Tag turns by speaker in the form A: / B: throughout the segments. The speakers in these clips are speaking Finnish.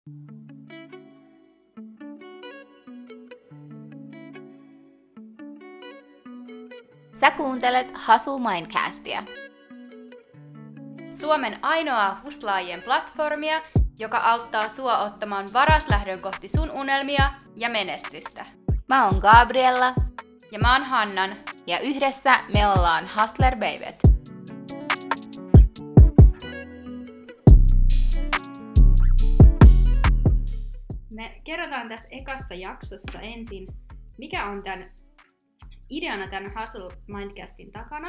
A: Sä kuuntelet Hustle Mindcastia.
B: Suomen ainoaa hustlaajien platformia, joka auttaa sua ottamaan varaslähdön kohti sun unelmia ja menestystä.
A: Mä oon Gabriella.
B: Ja mä oon Hannan.
A: Ja yhdessä me ollaan Hustler Babyt.
B: Me kerrotaan tässä ekassa jaksossa ensin, mikä on ideana tämän Hustle Mindcastin takana.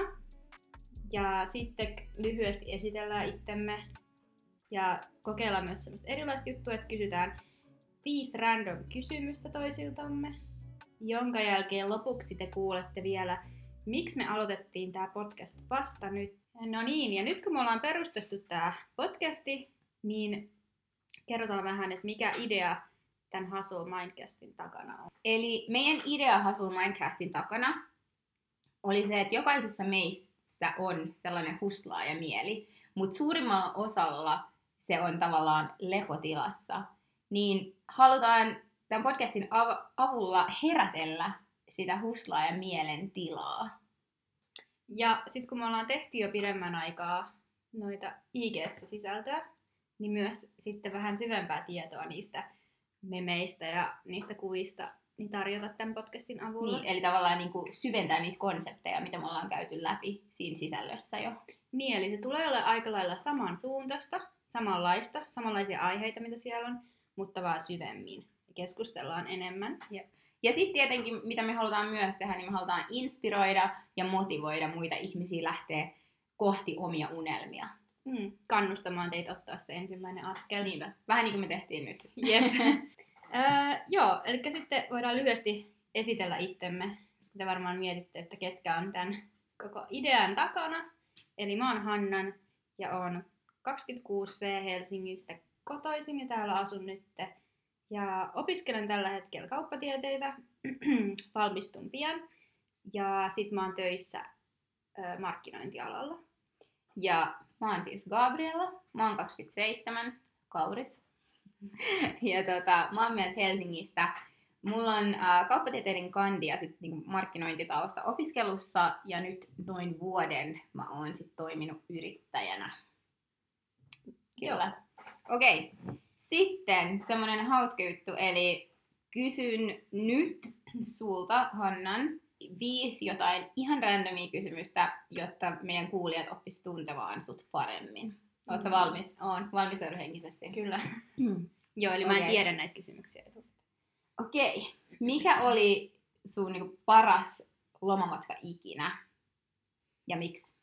B: Ja sitten lyhyesti esitellään itsemme ja kokeillaan myös semmoista erilaista juttua, että kysytään 5 random kysymystä toisiltamme, jonka jälkeen lopuksi te kuulette vielä, miksi me aloitettiin tämä podcast vasta nyt. No niin, ja nyt kun me ollaan perustettu tämä podcasti, niin kerrotaan vähän, että mikä idea tämän Hustle Mindcastin takana on.
A: Eli meidän idea Hustle Mindcastin takana oli se, että jokaisessa meistä on sellainen hustlaaja-mieli, mutta suurimmalla osalla se on tavallaan lepotilassa. Niin halutaan tämän podcastin avulla herätellä sitä hustlaaja-mielen tilaa.
B: Ja sitten kun me ollaan tehty jo pidemmän aikaa noita IG-sisältöä, niin myös sitten vähän syvempää tietoa niistä memeistä ja niistä kuvista niin tarjota tämän podcastin avulla.
A: Niin, eli tavallaan niin kuin syventää niitä konsepteja, mitä me ollaan käyty läpi siinä sisällössä jo.
B: Niin, eli se tulee olla aika lailla samansuuntaista, samanlaisia aiheita, mitä siellä on, mutta vaan syvemmin. Keskustellaan enemmän.
A: Ja sitten tietenkin, mitä me halutaan myös tehdä, niin me halutaan inspiroida ja motivoida muita ihmisiä lähteä kohti omia unelmia.
B: Kannustamaan teitä ottaa se ensimmäinen askel.
A: Niinpä. Vähän niin kuin me tehtiin nyt.
B: Jep. Joo, eli sitten voidaan lyhyesti esitellä itsemme. Sitten varmaan mietitte, että ketkä on tämän koko idean takana. Eli mä oon Hannan ja oon 26V Helsingistä kotoisin ja täällä asun nyt. Ja opiskelen tällä hetkellä kauppatieteitä, valmistun pian. Ja sit mä oon töissä markkinointialalla.
A: Ja mä oon siis Gabriella, mä oon 27, kauris. Ja mä oon myös Helsingistä. Mulla on kauppatieteiden kandi ja sit niinku markkinointitausta opiskelussa ja nyt noin vuoden mä oon sit toiminut yrittäjänä. Kyllä. Okei. Sitten semmonen hauska juttu, eli kysyn nyt sulta, Hannan, 5 jotain ihan randomia kysymystä, jotta meidän kuulijat oppis tuntemaan sut paremmin. Ootko valmis?
B: Oon.
A: Valmistauduhenkisesti?
B: Kyllä. Joo, eli mä en tiedä näitä kysymyksiä.
A: Okei. Mikä oli sun niinku paras lomamatka ikinä? Ja miksi?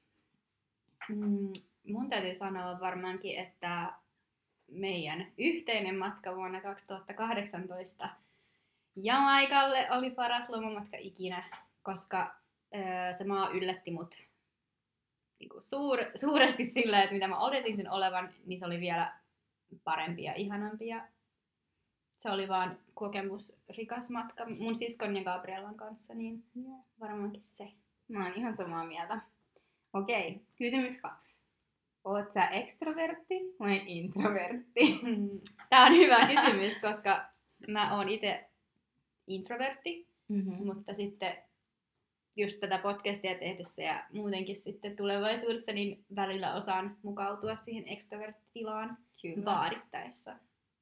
B: Mun täytyy sanoa varmaankin, että meidän yhteinen matka vuonna 2018 Jamaikalle oli paras lomamatka ikinä, koska se maa yllätti mut niinku suuresti sillä, että mitä mä odotin sen olevan, niin se oli vielä parempi ja ihanampi. Ja se oli vaan kokemusrikas matka mun siskon ja Gabriellan kanssa, niin varmaankin se.
A: Mä oon ihan samaa mieltä. Okei, kysymys 2. Oot sä extrovertti vai introvertti?
B: Tää on hyvä kysymys, koska mä oon itse introvertti, mutta sitten just tätä podcastia tehdessä ja muutenkin sitten tulevaisuudessa, niin välillä osaan mukautua siihen extroverttitilaan vaadittaessa.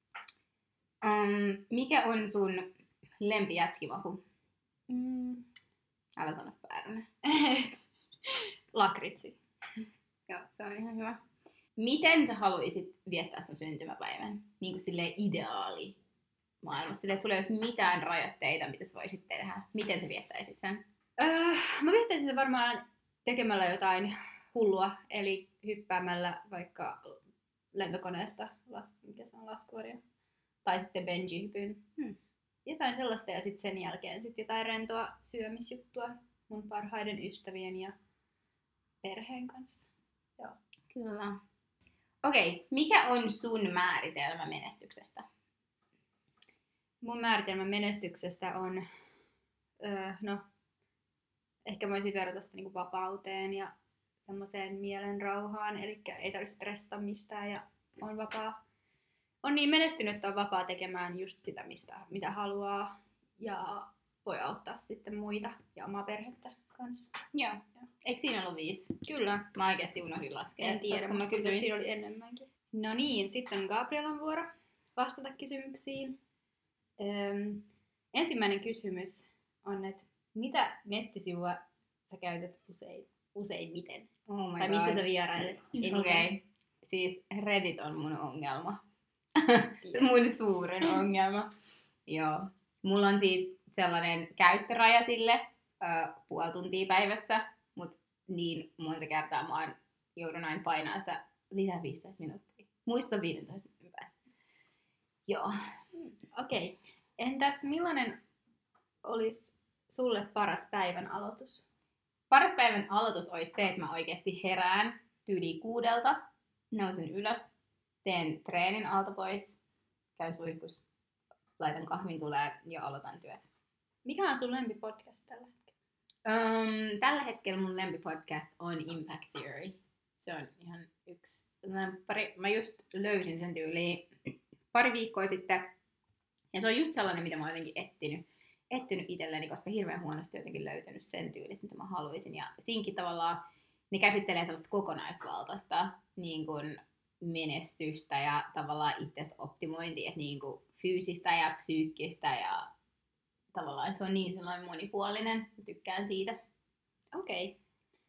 A: Mikä on sun lempijätskimaku? Älä sano vääränä.
B: Lakritsi.
A: Joo, se on ihan hyvä. Miten sä haluaisit viettää sun syntymäpäivän? Niin kuin silleen ideaali maailmassa. Silleen, että sulla ei olisi mitään rajoitteita, mitä sä voisit tehdä. Miten sä viettäisit sen?
B: Mä viettäisin sen varmaan tekemällä jotain hullua. Eli hyppäämällä vaikka lentokoneesta, mikä se on, laskuvarjo. Tai sitten bungee-hypyn. Jotain sellaista ja sitten sen jälkeen sit jotain rentoa syömisjuttua mun parhaiden ystävien ja perheen kanssa. Joo.
A: Kyllä. Okei, mikä on sun määritelmä menestyksestä?
B: Mun määritelmä menestyksestä on, ehkä mä voisin verrata sitä niinku vapauteen ja semmoiseen mielen rauhaan, eli ei tarvitse stressata mistään ja on vapaa on niin menestynyt, että on vapaa tekemään just sitä, mitä haluaa. Ja voi auttaa sitten muita ja omaa perhettä kanssa.
A: Joo. Eikö siinä ollut 5?
B: Kyllä.
A: Mä oikeasti unohdin laskea.
B: En tiedä,
A: koska
B: mutta
A: mä kysyin.
B: siinä oli enemmänkin. No niin, sitten on Gabrielan vuoro vastata kysymyksiin. Ensimmäinen kysymys on, että mitä nettisivua sä käytät useimmiten?
A: Oh my
B: Tai
A: God.
B: missä sä vierailet eniten?
A: Okei. Siis Reddit on mun ongelma.
B: Kiitos.
A: Mun suurin ongelma. Joo. Mulla on siis sellainen käyttöraja sille puoli tuntia päivässä, mutta niin monta kertaa mä joudun aina painaa sitä lisää 15 minuuttia. Muista 15 minuutin päästä. Joo.
B: Okei. Entäs millainen olisi sulle paras päivän aloitus?
A: Paras päivän aloitus olisi se, että mä oikeasti herään tyyliin 6, nousen ylös, teen treenin alta pois, käyn suihkus, laitan kahvin tulee ja aloitan työt.
B: Mikä on sun lempipodcast tällä hetkellä?
A: Tällä hetkellä mun lempipodcast on Impact Theory. Se on ihan yksi lemppari. Mä just löysin sen tyyliin pari viikkoa sitten. Ja se on just sellainen, mitä mä oon jotenkin etsinyt itselleni, koska hirveän huonosti jotenkin löytänyt sen tyylistä, mitä mä haluaisin. Ja siinkin tavallaan ne käsittelee sellaista kokonaisvaltaista niin kuin menestystä ja tavallaan itsesoptimointia, että niin kuin fyysistä ja psyykkistä ja tavallaan se on niin sellainen monipuolinen. Mä tykkään siitä.
B: Okei.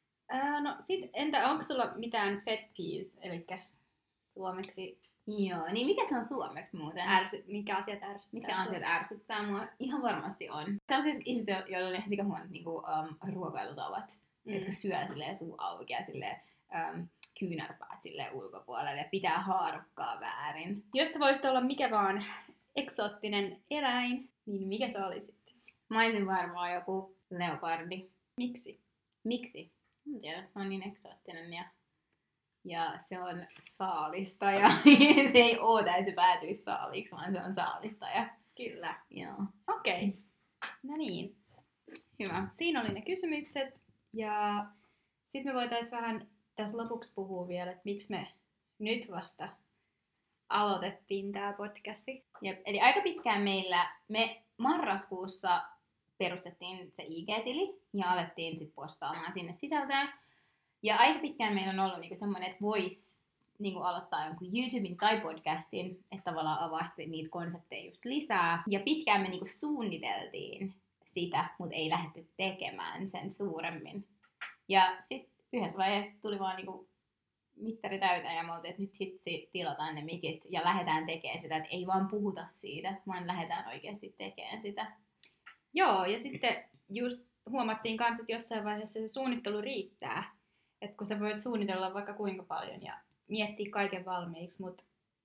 B: No sit entä onko sulla mitään pet peeves, eli suomeksi
A: Joo, niin mikä se on suomeksi muuten?
B: mikä asiat ärsyttää?
A: Mikä asiat ärsyttää mua? Ihan varmasti on. Sellaiset ihmiset, joilla on ihan sikahuonot niinku, ruokailutavat, jotka syö silleen suu auki ja silleen, kyynärpäät silleen ulkopuolelle ja pitää haarukkaa väärin.
B: Jos sä voisit olla mikä vaan eksoottinen eläin, niin mikä se olisi?
A: Mä olisin varmaan joku leopardi.
B: Miksi?
A: Miksi? En tiedä, se on niin eksoottinen ja se on saalistaja. Se ei oota, että se päätyisi saaliksi, vaan se on saalistaja.
B: Kyllä.
A: Joo.
B: Okei. No niin.
A: Hyvä.
B: Siinä oli ne kysymykset. Ja sitten me voitaisiin vähän tässä lopuksi puhua vielä, että miksi me nyt vasta aloitettiin tämä podcasti.
A: Jep. Eli aika pitkään me marraskuussa perustettiin se IG-tili ja alettiin sitten postaamaan sinne sisältöä. Ja aika pitkään meillä on ollut niinku semmoinen, että voisi niinku aloittaa jonkun YouTuben tai podcastin, että tavallaan avasti niitä konsepteja just lisää. Ja pitkään me niinku suunniteltiin sitä, mutta ei lähdetty tekemään sen suuremmin. Ja sitten yhdessä vaiheessa tuli vaan niinku mittari täyteen ja me oltiin, että nyt hitsi, tilataan ne mikit ja lähdetään tekemään sitä, että ei vaan puhuta siitä, vaan lähdetään oikeasti tekemään sitä.
B: Joo, ja sitten just huomattiin kanssa, että jossain vaiheessa se suunnittelu riittää. Että kun sä voit suunnitella vaikka kuinka paljon ja miettiä kaiken valmiiksi, mutta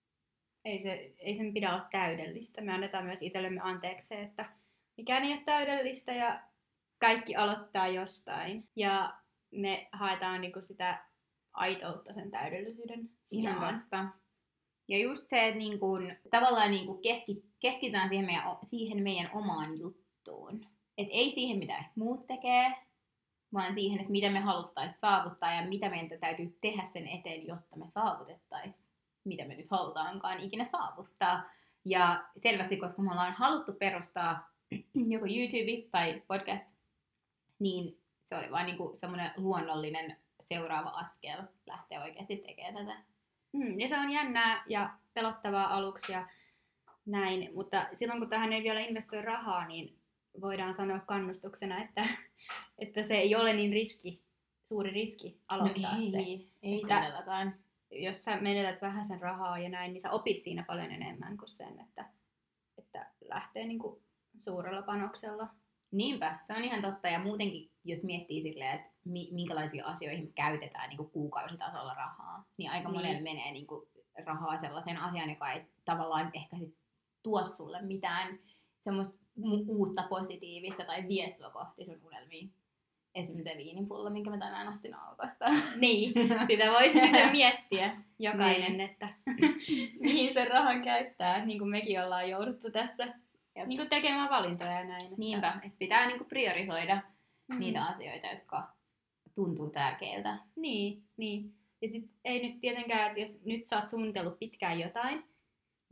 B: ei sen pidä olla täydellistä. Me annetaan myös itsellemme anteeksi se, että mikään ei ole täydellistä ja kaikki aloittaa jostain. Ja me haetaan niinku sitä aitoutta sen täydellisyyden sijaan.
A: Ihan totta. Ja just se, että niinku, tavallaan niinku keskitytään siihen meidän omaan juttuun. Et ei siihen, mitä muut tekee, vaan siihen, että mitä me haluttaisiin saavuttaa ja mitä meidän täytyy tehdä sen eteen, jotta me saavutettaisiin, mitä me nyt halutaankaan ikinä saavuttaa. Ja selvästi, koska me ollaan haluttu perustaa joko YouTube tai podcast, niin se oli vaan niinku semmoinen luonnollinen seuraava askel lähteä oikeasti tekemään tätä.
B: Ja se on jännää ja pelottavaa aluksi ja näin, mutta silloin kun tähän ei vielä investoi rahaa, niin voidaan sanoa kannustuksena, että se ei ole niin suuri riski aloittaa se.
A: Ei todellakaan.
B: Jos sä menetät vähän sen rahaa ja näin, niin sä opit siinä paljon enemmän kuin sen, että lähtee niinku suurella panoksella.
A: Niinpä, se on ihan totta. Ja muutenkin, jos miettii silleen, että minkälaisia asioihin me käytetään niin kuin kuukausitasolla rahaa, niin aika monelle menee niin kuin rahaa sellaisen asian, joka ei tavallaan ehkä sit tuo sulle mitään semmoista uutta positiivista tai vie sua kohti sun unelmiin. Esimerkiksi se viinipullo, minkä mä tänään ostin Alkosta.
B: Niin, sitä voisi sitten miettiä jokainen, että mihin sen rahan käyttää, niin kuin mekin ollaan jouduttu tässä niin kuin tekemään valintoja ja näin.
A: Niinpä, että pitää niin kuin priorisoida niitä asioita, jotka tuntuu tärkeiltä.
B: Niin. Ja sit ei nyt tietenkään, että jos nyt sä oot suunnitellut pitkään jotain,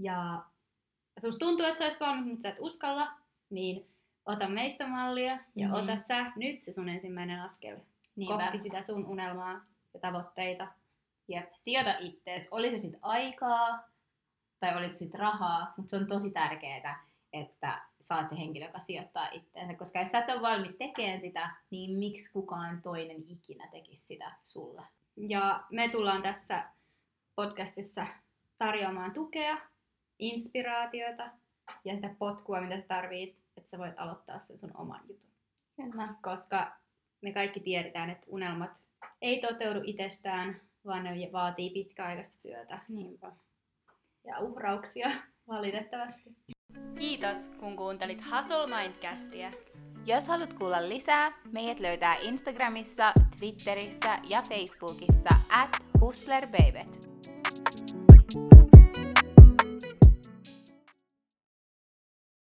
B: ja susta tuntuu, että sä olisit valmis, mutta sä et uskalla, niin ota meistä mallia ja ota sä nyt se sun ensimmäinen askel kohti sitä sun unelmaa ja tavoitteita.
A: Jep, sijoita ittees. Oli se sit aikaa tai oli se sit rahaa, mutta se on tosi tärkeää, että sä oot se henkilö, joka sijoittaa itteensä. Koska jos sä et ole valmis tekemään sitä, niin miksi kukaan toinen ikinä tekisi sitä sulle?
B: Ja me tullaan tässä podcastissa tarjoamaan tukea, inspiraatiota ja sitä potkua, mitä sä tarvit, että sä voit aloittaa sen sun oman jutun.
A: Kyllä.
B: Koska me kaikki tiedetään, että unelmat ei toteudu itsestään, vaan ne vaatii pitkäaikaista työtä.
A: Niinpä.
B: Ja uhrauksia, valitettavasti. Kiitos, kun kuuntelit Hustle Mindcastia.
A: Jos haluat kuulla lisää, meidät löytää Instagramissa, Twitterissä ja Facebookissa @hustlerbabet.